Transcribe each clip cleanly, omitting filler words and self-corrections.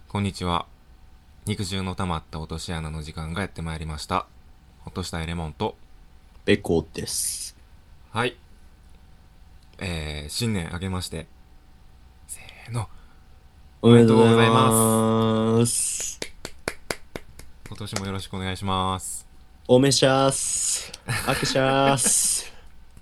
こんにちは。肉汁の溜まった落とし穴の時間がやってまいりました。ほっとしたエレモンと、 ペコです。 はい。新年明けまして、せーの、おめでおめでとうございとうございます。 ます。 今年もよろしくお願いします。 おめしゃーす。あけしゃーす。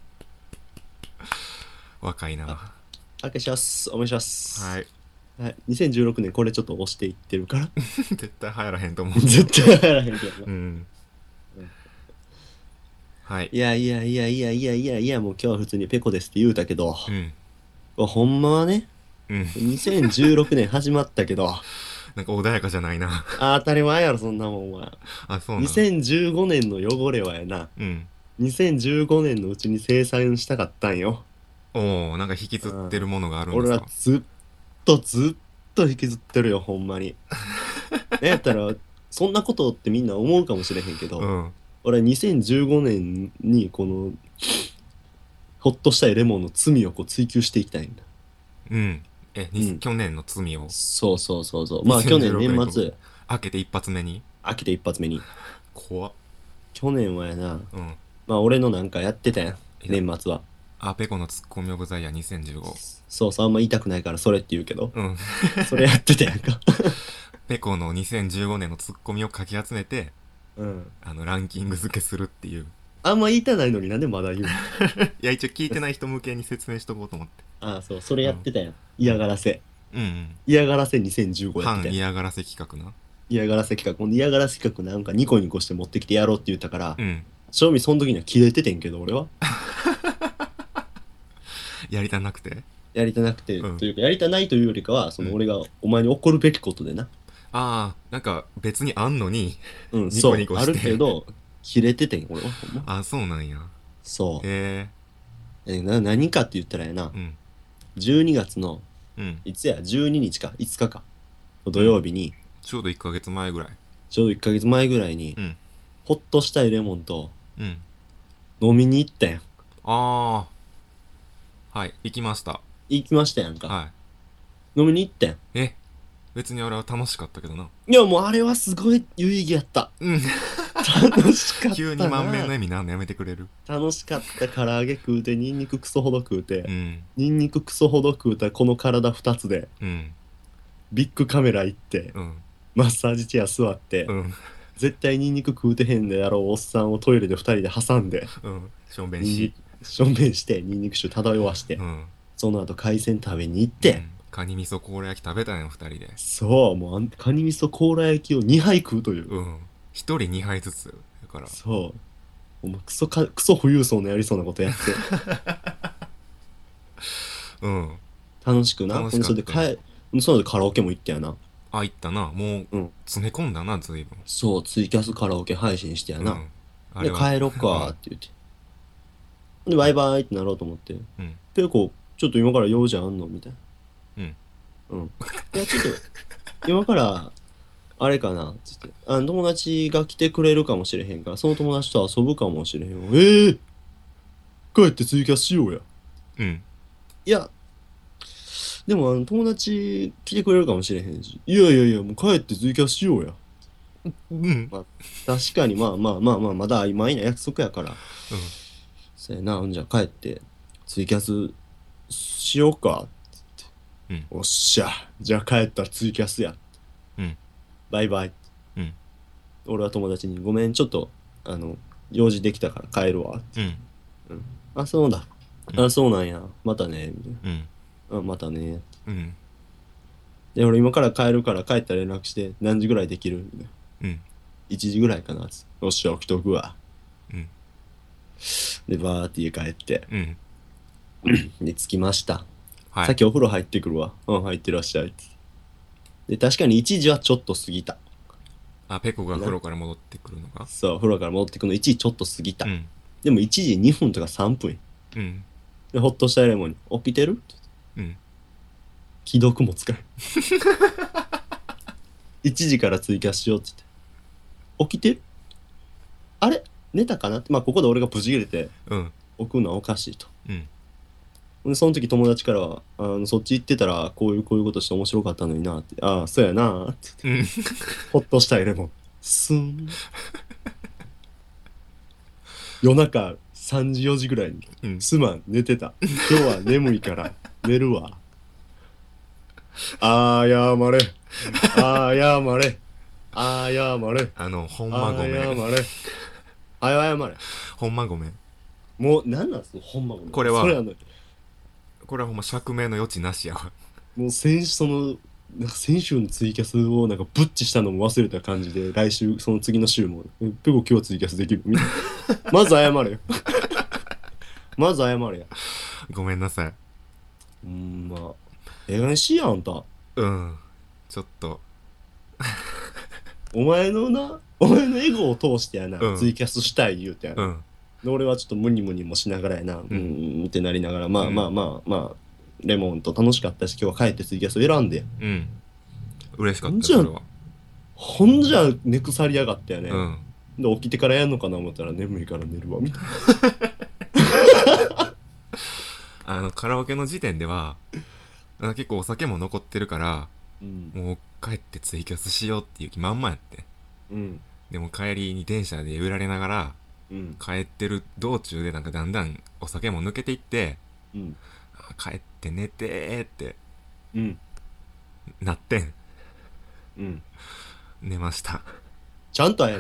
若いあ、 な。 あけしゃーす。おめしゃーす。 はい。 はい。2016年これちょっと押していってるから。 絶対流行らへんと思うけど。 絶対入らへんけどな。 うん。 うん。 はい。 いやいやいやいやいやいやいや、もう今日は普通にペコですって言うたけど、 うん。 ほんまはね、 うん。 2016年始まったけど、 なんか穏やかじゃないな。 当たり前やろ、そんなもんは。 あ、そうなん。 2015年の汚れはやな、 うん。 2015年のうちに清算したかったんよ。 おー、なんか引きずってるものがあるんで俺すか？ はずっと引きずってるよ、ほんまに。なんやったら、そんなことってみんな思うかもしれへんけど、 うん。 俺は2015年にこの、ほっとしたいレモンの罪をこう追求していきたいんだ。 うん。 うん。 去年の罪をそうそうそうそう。まあ去 2016 年年と年末、 開けて一発目に。 飽きて一発目に。 怖っ。 去年はやな、 うん。 まあ俺のなんかやってたやん、 いや、 年末は。 ペコのツッコミオブザイヤー2015。 そうそう、あんま言いたくないからそれって言うけど、 うん。 それやってたやんか。 ペコの2015年のツッコミをかき集めて、 うん。 ランキング付けするっていう。 あんま言いたないのになんでまだ言うの？ いや、一応聞いてない人向けに説明しとこうと思って。 ああ、そう、それうん。 やってたやん。 うん。 嫌がらせ。 うんうん。 嫌がらせ2015やってたやん。 反嫌がらせ企画な。 嫌がらせ企画。ほんで嫌がらせ企画なんかニコニコして持ってきてやろうって言ったから、 うん。 正味その時にはキレててんけど、俺は。 やりたなくて。 やりたなくて、 うん。 というか、やりたないというよりかは、 うん。 俺がお前に怒るべきことでな。 なんか別にあんのに、 うん、 ニコニそう、あるコして。 けど、キレててん、俺は、ほんま。 そうなんや。 そへう。何かって言ったらやな、 え。うん。 12月の、 うん。 いつや、12日か、5日か、土うん。 曜日に、 ちょうど1ヶ月前ぐらい。 ちょうど1ヶ月前ぐらいに、 うん。 ほっとしたいレモンとうん。 飲みに行ったやん。 あはい。行きました。 行きましたやんか。 は飲みに行ったやん。 い。別に俺は楽しかったけどな。 いや、もうあれはすごい有意義やった。 うん。 楽しかっ急にたな。 満面の笑みなんのやめてくれる？ 楽しかった。唐揚げ食うて、ニンニククソほど食うて、 うん。 ニンニククソほど食うたこの体2つで、 うん。 ビッグカメラ行って、 うん。 マッサージチェア座って、 うん。 絶対ニンニク食うてへんでやろうおっさんをトイレで2人で挟んで、 うん。しょんべんし。 ニンニク、しょんべんして、ニンニク臭漂わして、 うん。 その後海鮮食べに行って、 うん。カニ味噌甲羅焼き食べたんよ、二人で。 そう、もうカニ味噌甲羅焼きを2杯食うという。 うん。一人二杯ずつ。だから。 そう。もうクソ富裕層のやりそうなことやって、 うん。 楽しくな。 楽ほんで、 しかったよ。 その後カラオケも行ったよな。 行ったな。もう、 うん。 詰め込んだな、随分。 そう、ツイキャスカラオケ配信してやな。 うん。あで、 れは、 帰ろっうん。 かって言って。で、バイバイってなろうと思って。 うん。 ペコ、ちょっと今から用事あんのみたいうん。 な。うん。いや、ちょっと、今から、あれかなつって。友達が来てくれるかもしれへんから、その友達と遊ぶかもしれへんわ。帰ってツイキャスしようや。 うん。 いや、でも友達来てくれるかもしれへんし。いやいやいや、もう帰ってツイキャスしようや。 うん。 まあ、確かにまだ曖昧な約束やから。 うん。 そやな、ほんじゃ帰ってツイキャスしようか。 うん。 おっしゃ。じゃあ帰ったらツイキャスや。 うん。 バイバイ。 うん。 俺は友達に、ごめん、ちょっと、用事できたから帰るわ。 うん。 うん。あ、そうだ。 うん。 あ、そうなんや。またね。みたいうん。 な。あ、またね。 うん。 で、俺今から帰るから帰ったら連絡して、何時ぐらいできるみたいな。 うん。 1時ぐらいかな。よっしゃ、起きとくわ。 うん。 で、バーって家帰って。 うん。 で、着きました。 はい。 さっきお風呂入ってくるわ。うん、入ってらっしゃい。で、確かに1時はちょっと過ぎた。 ペコが風な。 呂から戻ってくるのか？ そう、風呂から戻ってくるの1時ちょっと過ぎた。 うん。 でも1時2分とか3分。 うん。 で、ほっとしたレモンに、起きてるってうん。 既読も使う。1時からツイキャスしようって言って。起きてるあれ寝たかなって。まあ、ここで俺がブチ切れてうん。 置くのはおかしいと。 うん。 でその時友達からはそっち行ってたらこういうことして面白かったのになって、ああそうやなーってうんほっとしたいレモンスン。夜中3時4時ぐらいにうんすまん寝てた、今日は眠いから寝るわ、あーやまれあーやまれあーやまれほんまごめん。 あーやまれあやまれ。 ほんまごめん。 もうなんなんすかほんまごめん。 これはそれこれはほんま釈明の余地なしやわ。 もうなんか先週のツイキャスをなんかブッチしたのも忘れた感じで、来週その次の週もペコ今日はツイキャスできるみたいな。まず謝れよ。まず謝れや。 ごめんなさい。 まあええ加減しいやあんた。 うんちょっとお前のエゴを通してやな、 うんツイキャスしたい言うてやな、 うんで俺はちょっとムニムニもしながらやな、ってなりながら、まあうんまあまあまあレモンと楽しかったし、今日は帰ってツイキャスを選んで、 うん嬉しかったじゃあそれは。 ほんじゃ寝腐りやがったよね、 うんで起きてからやんのかな思ったら眠いから寝るわみたいカラオケの時点では結構お酒も残ってるから、 な。 もう帰ってツイキャスしようっていう気満々やって。 うんでも帰りに電車で揺られながらうん帰ってる道中でなんかだんだんお酒も抜けていって、 うん帰って寝てーってうんなってん。 うん寝ました。 ちゃんと謝れ。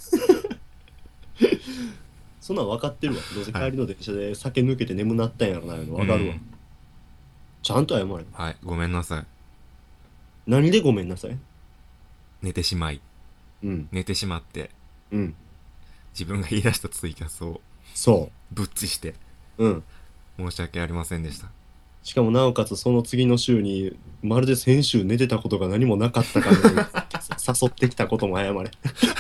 そんなん分かってるわ。どうせ帰りの電車で酒抜けて眠なったんやろないうの分かるわ、 うんちゃんと謝れ。 はいごめんなさい。 何でごめんなさい。 寝てしまいうん寝てしまってうん自分が言い出したツイキャスをそぶっちしてううん。 申し訳ありませんでした。 しかもなおかつその次の週にまるで先週寝てたことが何もなかったかのように誘ってきたことも謝れ。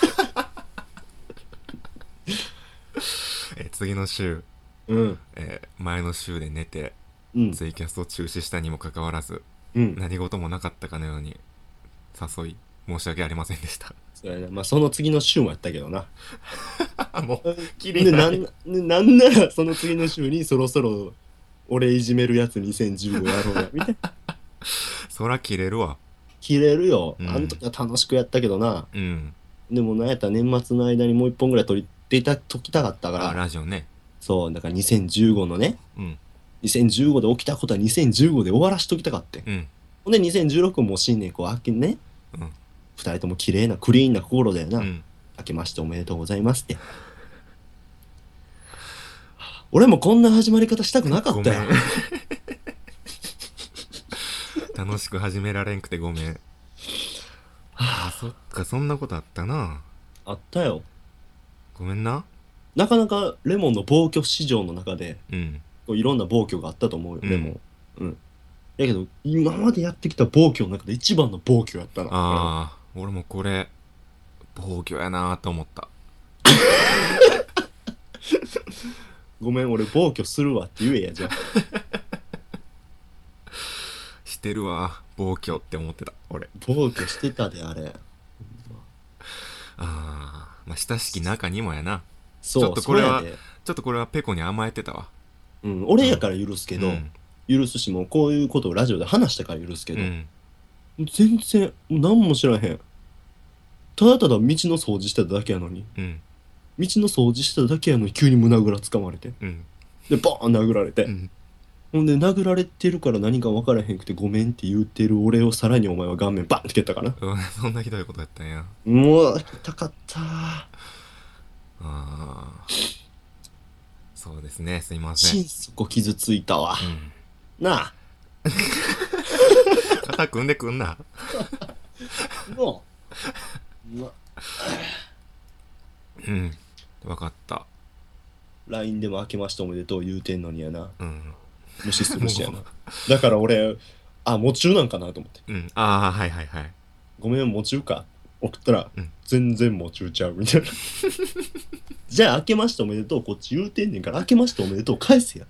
次の週、 うん前の週で寝てうんツイキャスを中止したにもかかわらずうん何事もなかったかのように誘い申し訳ありませんでした。 そうやな。まあその次の週もやったけどな。 もうきでなんならその次の週にそろそろ俺いじめるやつ2015やろうやみたいな。 そら切れるわ。 切れるよ、 うんあの時は楽しくやったけどな。 うんでもなんやったら年末の間にもう一本ぐらい撮っていたときたかったかあら。 ラジオね。 そうだから2015のね、 うん 2015で起きたことは2015で終わらしときたかってん。 うんほんで2016も新年こう明けね、 うん二人とも綺麗なクリーンな心だよな、 うん明けましておめでとうございますって。俺もこんな始まり方したくなかったよ。 ごめん楽しく始められんくてごめん。あそっかそんなことあったな。 あったよ。 ごめんな。 なかなかレモンの暴挙市場の中でうんこういろんな暴挙があったと思うよ、 うんレモン。うん。やけど今までやってきた暴挙の中で一番の暴挙やったな。 ああ俺もこれ暴挙やなと思った。 ごめん俺暴挙するわって言えやじゃあ。 してるわ暴挙って思ってた俺。 暴挙してたであれ。 まあ親しき中にもやな。 そうちょっとこれはそうやでちょっとこれはペコに甘えてたわ。 うん俺やから許すけど、 うん許すしもうこういうことをラジオで話したから許すけど、 うん全然何も知らへん。ただただ道の掃除してただけやのに、 うん道の掃除してただけやのに急に胸ぐらつかまれて、 うんでバーン殴られて、 うんほんで殴られてるから何か分からへんくてごめんって言ってる俺をさらにお前は顔面バンって蹴ったかな。 そんなひどいことやったんや。 もう痛かったそうですねすいません。 心底傷ついたわ、なあ肩組んでくんな。 もううんわかった。 LINE でも明けましておめでとう言うてんのにやな、 うん無視するしやなもうだから俺喪中なんかなと思って、 うんはいはいはいごめん喪中か送ったら、 うん全然喪中ちゃうみたいなじゃあ明けましておめでとうこっち言うてんねんから明けましておめでとう返せや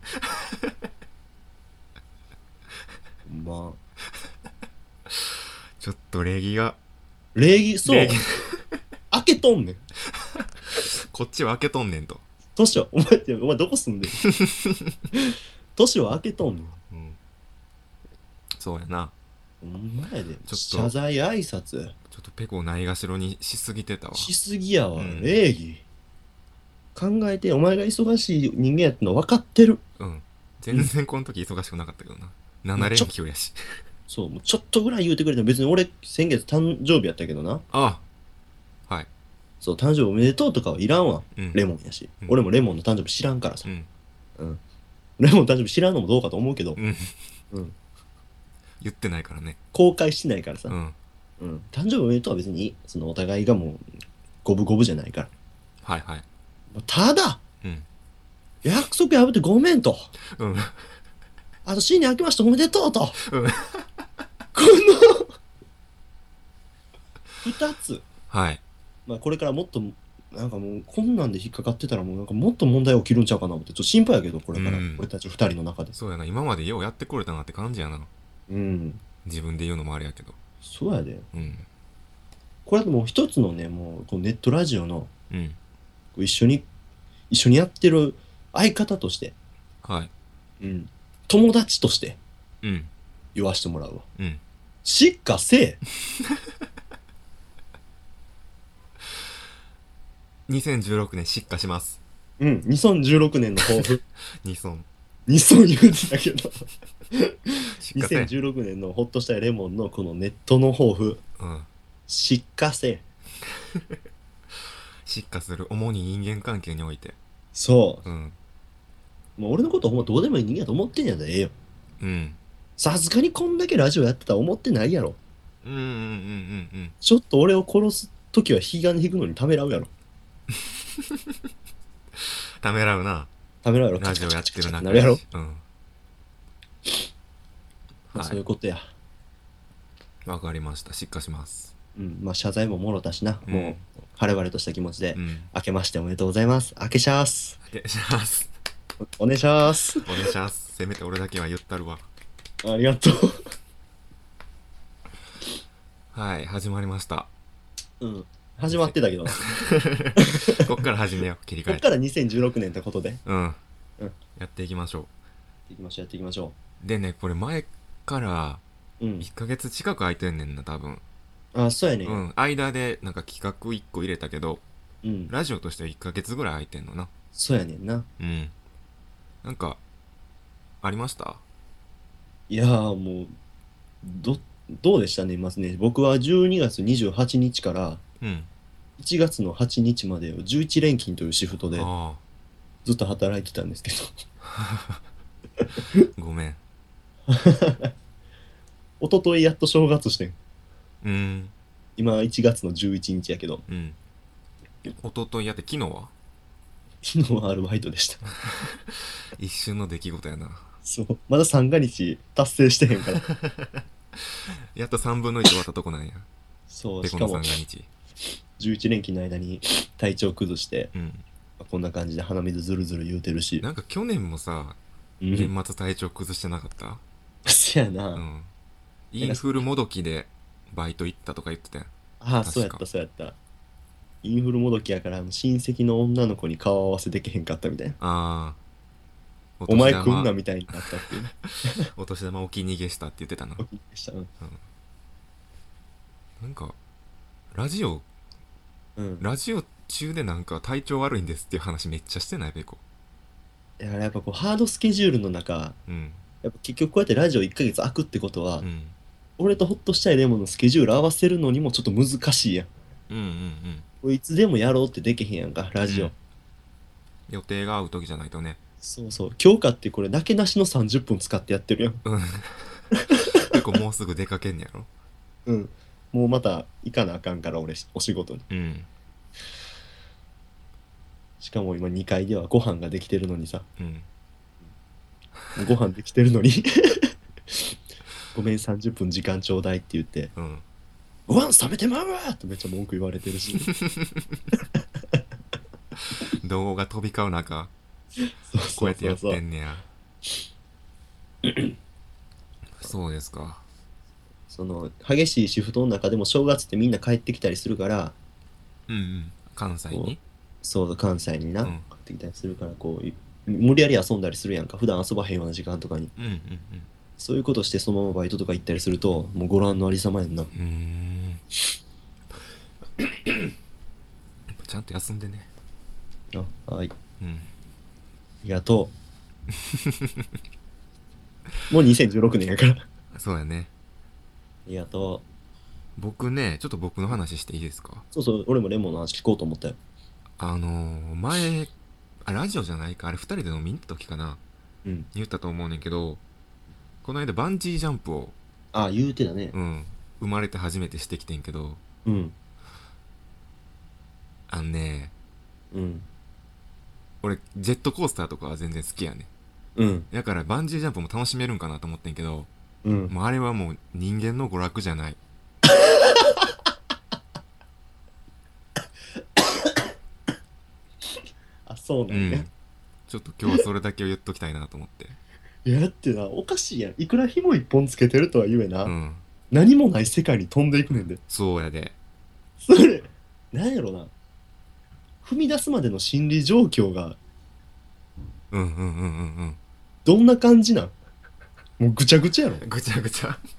まあちょっと礼儀が礼儀そう礼儀開けとんねん。 こっちは開けとんねんと。 どうしようお前どこ住んでん年は明けとんねん。 うん。そうやな。 ほんまやで。 ちょっと謝罪挨拶ちょっとペコないがしろにしすぎてたわ。 しすぎやわ。 うん礼儀。考えて、お前が忙しい人間やっての分かってる。 うん。全然この時忙しくなかったけどな。7連休やし。 そう、もうちょっとぐらい言うてくれても、別に俺、先月誕生日やったけどな。 あ、はい。 そう、誕生日おめでとうとかはいらんわ。 うん。 レモンやし。 うん俺もレモンの誕生日知らんからさう。ん。 うん。レモンの誕生日知らんのもどうかと思うけど、 うん。 うん。 言ってないからね。 公開してないからさ。 うん。 うん。誕生日おめでとうは別にいい。そのお互いがもう、五分五分じゃないから。 はいはい。 ただ、 うん。 約束破ってごめんと。 うん。 あと新年明けましておめでとうと。 うん。 この二つ。 はい。 まあこれからもっと、なんかもうこんなんで引っかかってたらもうなんかもっと問題起きるんちゃうかな思ってちょっと心配やけどこれから、 うん俺たち二人の中で。 そうやな。今までようやってこれたなって感じやな。 うん。 自分で言うのもあれやけど。 そうやで。 うん。 これはもう一つのね、もうこうネットラジオのうん。 こう一緒にやってる相方として、 はい。 うん。友達としてうん。 言わしてもらうわ。 うん。 しっかせえ。 2016年失火します。 うん。2016年の抱負。 二損。 2000言うてたけど。 失火せ。 2016年のホッとしたいレモンのこのネットの抱負。 うん。 しっかせえ。 失火する主に人間関係において。 そうん。 う。もう俺のことほんまどうでもいい人間やと思ってんやでええよ。 うん。 さすがにこんだけラジオやってたら思ってないやろ。 うんうんうんうんちょっと俺を殺す時は引き金引くのにためらうやろ。 ためらうな。 ためらうやろ。 ラジオやってる中なるやろ。 うん。 まあ、そういうはことや。 い。わかりました。失火します。 うん。まあ謝罪ももろたしな。 うんもう晴れ晴れとした気持ちで、 うん。 明けましておめでとうございます。明けしゃーす。 お願いします。 お願いします。 お願いします。せめて俺だけは言ったるわ。 ありがとはい。始まりました。 う。うん。始まってたけどな。 こっから始めよう。切り替えて。 こっから2016年ってことで。 うん。 うんやっていきましょやっていきましょう、やっていきましょう。でね、これ前からう。うん。 1ヶ月近く空いてんねんな、多分。 あ、そうやね。 うん。間でなんか企画1個入れたけど、 うん。 ラジオとしては1ヶ月ぐらい空いてんのな。 そうやねんな。 うん。なんか、ありました？ いやーもう、どうでしたね、まずね。僕は12月28日からうん。 1月の8日までを11連勤というシフトであずっと働いてたんですけど、 あ。ごめん。 一昨日やっと正月してん。 うん。 今1月の11日やけど、 うん。一昨日やって昨日は昨日はアルバイトでした。 一瞬の出来事やな。 そう。まだ三が日達成してへんから。 やっと3分の1終わったとこなんや。 そう、 ペコのしかも三が日。 11連勤の間に体調崩して、 うん。 こんな感じで鼻水ずるずる言うてるし。 なんか去年もさ、 うん。 年末体調崩してなかった？ せやな。 うん。インフルもどきでバイト行ったとか言ってたやん。 ああ、 確かそうやった、そうやった。インフルもどきやから、親戚の女の子に顔合わせできへんかったみたいな。 ああ。 お前来んなみたいになったっていうね。 お年玉お気に逃げしたって言ってたな。 お聞きした。うん。 なんか、ラジオうん。 中でなんか体調悪いんですっていう話めっちゃしてないペコ。 だからやっぱこう、ハードスケジュールの中、 うん。 やっぱ結局こうやってラジオ1ヶ月空くってことは、 うん。 俺とホッとしたいレモンのスケジュール合わせるのにもちょっと難しいやん。 うんうんうん。 これいつでもやろうってできへんやんか、ラジオ。 うん予定が合う時じゃないとね。 そうそう。今日かってこれ、なけなしの30分使ってやってるやん。 うん。ペコもうすぐ出かけんねやろ。 うん。もうまた行かなあかんから俺、お仕事に。 うん。 しかも今2階ではご飯ができてるのにさ、 うん。 ご飯できてるのにごめん30分時間ちょうだいって言ってうん。 ご飯冷めてまうわってめっちゃ文句言われてるし動画飛び交う中、 そうこうそうやってやそうそうってんねや。そうですか。 その激しいシフトの中でも正月ってみんな帰ってきたりするからうんうん。関西に。 そう関西にな、 うん帰ってきたりするからこう無理やり遊んだりするやんか。普段遊ばへんような時間とかに。 うんうんそういうことしてそのままバイトとか行ったりすると、もうご覧のありさまやんな。 うんちゃんと休んでね。 あ、はい。あうんりがとう。もう2016年やから。あそうやね。 りがと僕ね、ちょっと僕の話していいですか？ う。そうそう、俺もレモンの話聞こうと思ったよ。 前、ラジオじゃないか、あれ二人で飲みに行った時かな、 うん。 言ったと思うねんけど、この間バンジージャンプを、 あ、言うてたね。 うん、生まれて初めてしてきてんけど、 うん。 あのね、 うん。 俺、ジェットコースターとかは全然好きやねうん。 ん。だからバンジージャンプも楽しめるんかなと思ってんけど、 うん。 もうあれはもう人間の娯楽じゃない。 あ、そうなんや。 うん。ちょっと今日はそれだけを言っときたいなと思って。 いや、だってな、おかしいやん。いくら紐一本つけてるとは言えな、 うん。 何もない世界に飛んでいくねんで。 そうやで。 それ、なんやろな。踏み出すまでの心理状況がうんうんうんうんどんな感じなん？もうぐちゃぐちゃやろ。 うん。ぐちゃぐちゃ。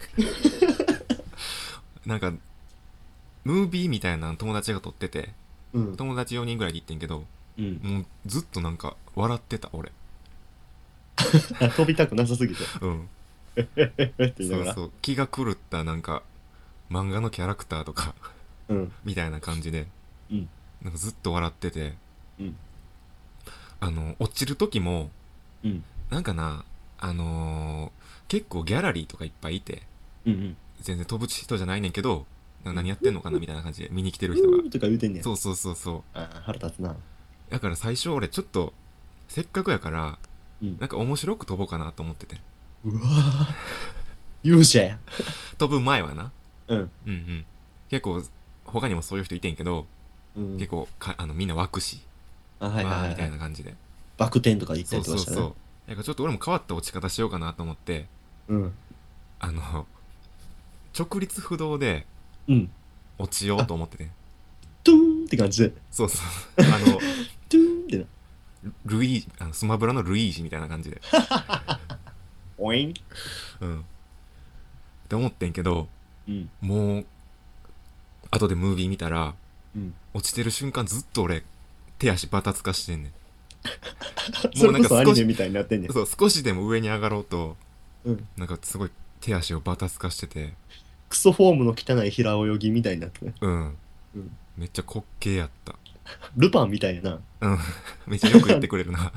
なんか、ムービーみたいなの友達が撮ってて、 うん。 友達4人ぐらいで行ってんけど、 うん。 もうずっとなんか笑ってた俺。 あ、飛びたくなさすぎて。 うん。 って言いながら。 そうそう、気が狂ったなんか漫画のキャラクターとかうん。 みたいな感じで、 うん。 なんかずっと笑ってて、 うん。 落ちる時もうん。 なんかな、結構ギャラリーとかいっぱいいて、 うん。 全然飛ぶ人じゃないねんけど、なんか何やってんのかなみたいな感じで見に来てる人が。 うーとか言うてんねや。 そうそうそうそあー、腹立つな。 う。だから最初俺ちょっとせっかくやからうん。 なんか面白く飛ぼうかなと思ってて、 うわぁ。勇者や。 飛ぶ前はな。 うん。 うんうん。結構他にもそういう人いてんけど、 うん。 結構みんな湧くし、 あ、はいはいわーみたはいはい。 いな感じで。 バク転とか言ったそうりとかしたね。 そうそう。なんかちょっと俺も変わった落ち方しようかなと思って、 うん。 あの、直立不動でうん。 落ちようあ、 と思ってて。 トゥーンって感じで。 そうそう。 トゥーンってな。 スマブラのルイージみたいな感じで。 おいん。 うん。って思ってんけど、 うん。 もう、後でムービー見たら、 うん。 落ちてる瞬間ずっと俺、手足バタつかしてんねん。 それもうなんか少し、 こそアニメみたいになってんねん。 そう、少しでも上に上がろうと、 うん。 なんかすごい手足をバタつかしてて、 クソフォームの汚い平泳ぎみたいになってね。 うん。 うん。 めっちゃ滑稽やった。 ルパンみたいやな。 うん。めっちゃよく言ってくれるな。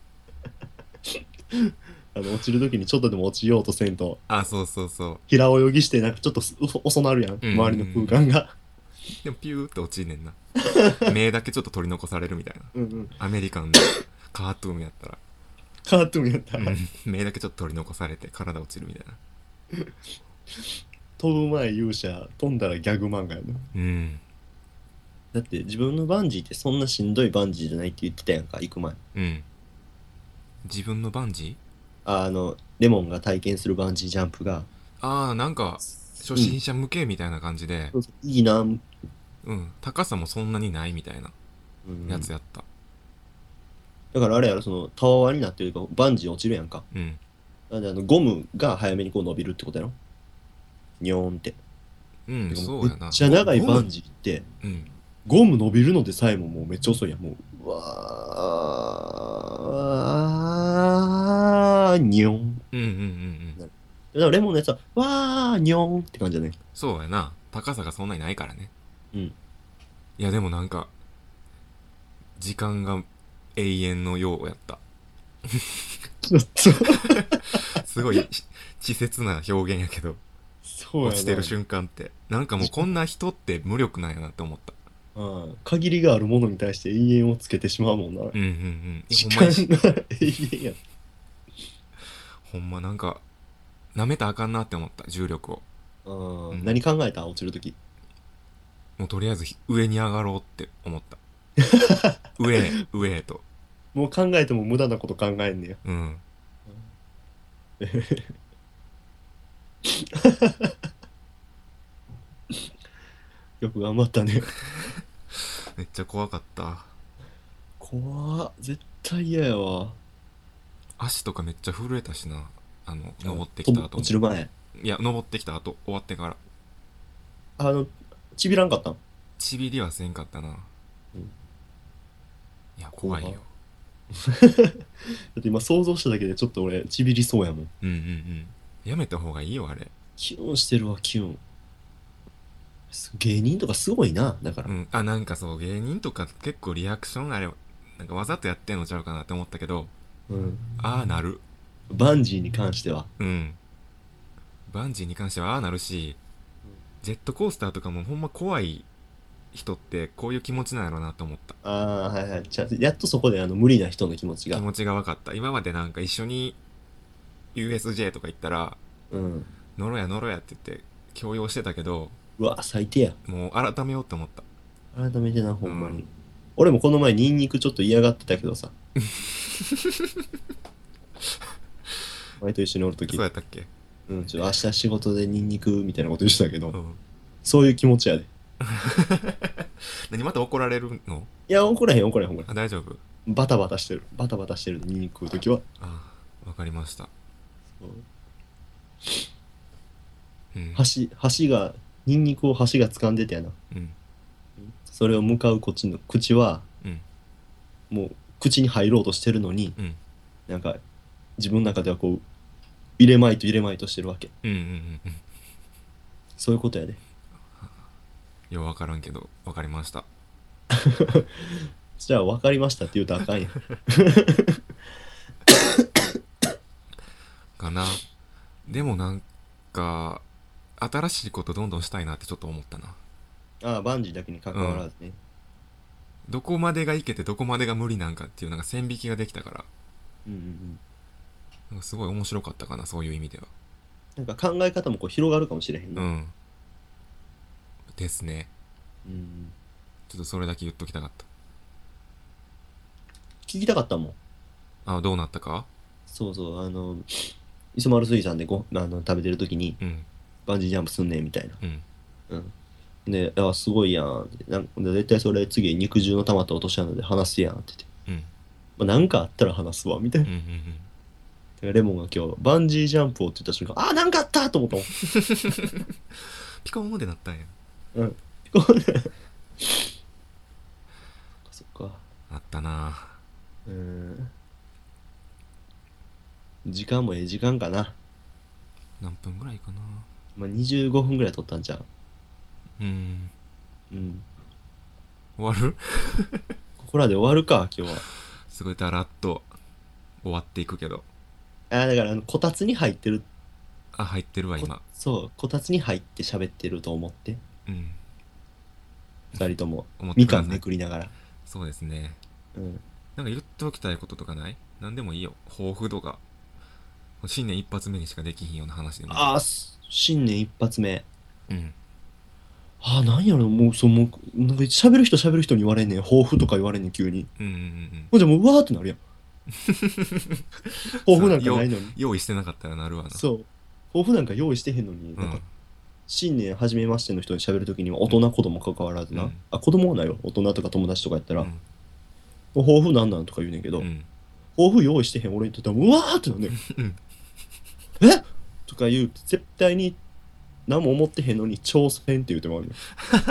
落ちるときにちょっとでも落ちようとせんと、 あ、そうそうそ平泳ぎしてなんかちょっと遅なるやん。 う。うんうんうん周りの空間が。 でもピューって落ちんねんな。目だけちょっと取り残されるみたいな。 うんうん。 アメリカンのカートゥーンやったら。 カートゥーンやったら、 うん。目だけちょっと取り残されて体落ちるみたいな。 飛ぶ前勇者、飛んだらギャグ漫画やな。 うん。 だって自分のバンジーってそんなしんどいバンジーじゃないって言ってたやんか、行く前。 うん。自分のバンジレモンが体験するバンジージャンプが、 なんか、初うん。 心者向けみたいな感じで、 そうそういいな、うん。 うん。高さもそんなにないみたいなやつやった。 だからあれやろ、その、たわわになってるか、バンジー落ちるやんか。 うん。 なんでゴムが早めにこう伸びるってことやろ。ニョーンって。 うん、 てかもそうやな。 めっちゃ長いゴム。 バンジーって、 うん。 ゴム伸びるのでさえももうめっちゃ遅いやん。もう、ニョン。 うんうんうんうん。 だからレモンのやつは、わー、ニョンって感じだね。 そうやな。高さがそんなにないからね。 うん。 いやでもなんか、時間が永遠のようやった。 ちょっとすごい稚拙な表現やけど、 そうやな。 落ちてる瞬間って。なんかもうこんな人って無力なんやなって思った。 うん。限りがあるものに対して永遠をつけてしまうもんな。 うんうんうん。 時ほんまに間が永遠や。 ほんまなんか、舐めたらあかんなって思った、重力を。 うん。 うん。 何考えた落ちるとき。 もうとりあえず上に上がろうって思った。上へ、上へと。 もう考えても無駄なこと考えんねや。 うん。 よく頑張ったね。 めっちゃ怖かった。 怖っ。絶対嫌やわ。 足とかめっちゃ震えたしな。登ってきた後も。 落ちる前。 いや、登ってきた後、終わってから。 あの、ちびらんかったん？ ちびりはせんかったな。 うん。 いや、怖いよ。 だって今想像しただけでちょっと俺、ちびりそうやもん。 うんうんうん。やめた方がいいよ、あれ。 キュンしてるわ、キュン。芸人とかすごいな、だから。 うん。あ、なんかそう、芸人とか結構リアクションあれ、なんかわざとやってんのちゃうかなって思ったけど、 うん。 ああなる。 バンジーに関しては。 うん。バンジーに関してはああなるし、ジェットコースターとかもほんま怖い人ってこういう気持ちなんやろうなと思った。 ああ、はいはい。やっとそこで無理な人の気持ちが。 気持ちが分かった。今までなんか一緒に USJ とか行ったら、 うん。 ノロやノロやって言って強要してたけど、 うわ、最低や。 もう改めようって思った。 改めてな、ほうん。 んまに。俺もこの前ニンニクちょっと嫌がってたけどさ。前と一緒におるとき。 そうやったっけ？ うん、ちょっと明日仕事でニンニクみたいなこと言ってたけど、 うん。 そういう気持ちやで。 何また怒られるの？ いや、怒らへん、怒らへん、怒らあ、大丈夫？ へん。バタバタしてる。バタバタしてるニンニク食うときは。 あ、わかりました。うん。 箸が、ニンニクを箸が掴んでてやな。 うん。 それを向かうこっちの口は、 うん。 もう口に入ろうとしてるのに、 うん。 なんか自分の中ではこう、入れまいと入れまいとしてるわけ。 うん。うん。うん。うん。 そういうことやで。 ようわからんけど、わかりました。 じゃあ分かりましたって言うとあかんやん。 かな。でもなんか、新しいことどんどんしたいなってちょっと思ったな。 ああ、バンジーだけに関うん。 わらずね。 どこまでがいけてどこまでが無理なんかっていうなんか線引きができたから、 うんうんうん。 なんかすごい面白かったかな、そういう意味では。 なんか考え方もこう広がるかもしれへんな。 うん。ですね。 うん。 ちょっとそれだけ言っときたかっ聞きたかったもん。 た。あ、どうなったか？ そうそう、磯丸水産で食べてる時に、 うん。 バンジージャンプすんねんみたいな。 うん。 うん。で、あ、すごいやんって。で絶対それ次肉汁の溜まった落とし穴で話すやんって言って。 うん。 まあ、なんかあったら話すわ、みたいな。 うん。うん。 でレモンが今日、バンジージャンプをって言った瞬間、あ、なんかあったと思ったもん。 ピコーンってなったんや。 うん。これそっか。 あったな。 うん。時間もええ時間かな。 何分ぐらいかな。 まあ、25分ぐらい撮ったんじゃん。 うん。 うん。 終わる？ ここらで終わるか、今日は。 すごいだらっと終わっていくけど。 だからこたつに入ってる、 あ、入ってるわ、今。 そう、こたつに入って喋ってると思って。 うん。 二人とも、 思ってみかんめください。 くりながら。 そうですね。 うん。 なんか言っておきたいこととかない？何でもいいよ。抱負とか。新年一発目にしかできひんような話でもいいよ。 新年一発目。 うん。 なんやろ、もう、もう、なんか喋る人に言われんねん。抱負とか言われんねん、急に。 うんうんうんうん。 ほんじゃもう、うわーってなるやん。抱負なんかなさ、 いのに。 用意してなかったらなるわな。 そう。抱負なんか用意してへんのに、なんか、 うん。 新年初めましての人に喋るときには、大人子供関わらずな。 うん。 あ、子供はないよ。大人とか友達とかやったら、 うん。 抱負なんなんとか言うねんけど、 うん。 抱負用意してへん俺にとっては、うわーってなんねん。 うん。 えとか言う、絶対に何も思ってへんのに挑戦って言うてもあるね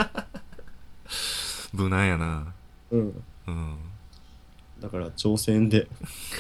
無難やな。 ん。うん。 うん。 だから挑戦で。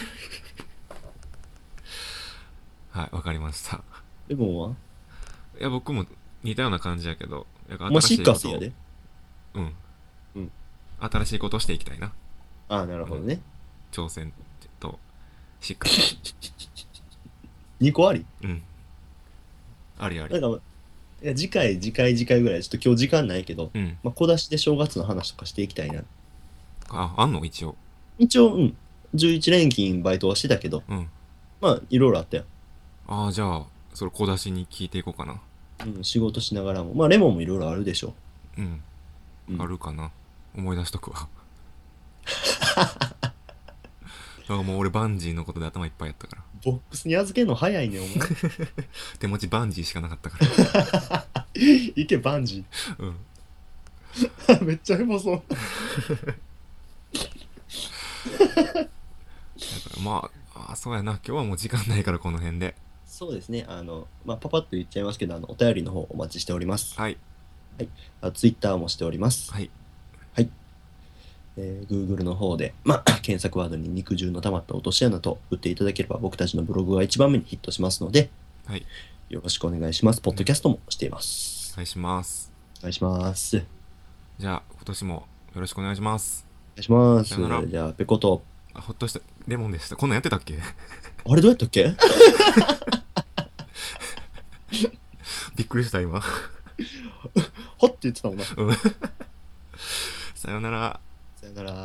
はい、わかりました。 レモンはいや、僕も似たような感じやけど、やっぱ新お前シッしいことを、 カーズやで。 うん。 うん。 新しいことをしていきたいな。 なるうん。 ほどね。 挑戦と、しっかり。 2個あり。 うん。ありあり。 なんか、いや次回ぐらい、ちょっと今日時間ないけど、 うん。 まあ、小出しで正月の話とかしていきたいな。 あ、あんの一応。 一応、うん。11連勤バイトはしてたけど、 うん。 まあ、いろいろあったよ。 ああ、じゃあ、それ小出しに聞いていこうかな。 うん、仕事しながらも。まあ、レモンもいろいろあるでしょうん。 う。うん。 あるかな。思い出しとくわ。なんかもう俺バンジーのことで頭いっぱいやったから。 ボックスに預けんの早いねん、お前。 手持ちバンジーしかなかったかいけ、バンジら。うん。 ー。めっちゃエモそう。 だからまああ、そうやな。今日はもう時間ないからこの辺で。 そうですね。パパッと言っちゃいますけど、お便りの方お待ちしております。 はい。 はい。ツイッターもしております。 はい。 はい。Google の方で、検索ワードに肉汁の溜まった落とし穴と打っていただければ僕たちのブログが一番目にヒットしますので、 はい。 よろしくお願いします。ポッドキャストもしていまおす。 願いします。 お願いします。 じゃあ、今年もよろしくお願いします。 お願いします。 さよなら。 じゃあ、ペコと、 あ、ほっとした。レモンでした。こんなんやってたっけ？ あれどうやったっけ？ びっくりした、今。 はって言ってたもんな。 うん。さよなら。 さよなら。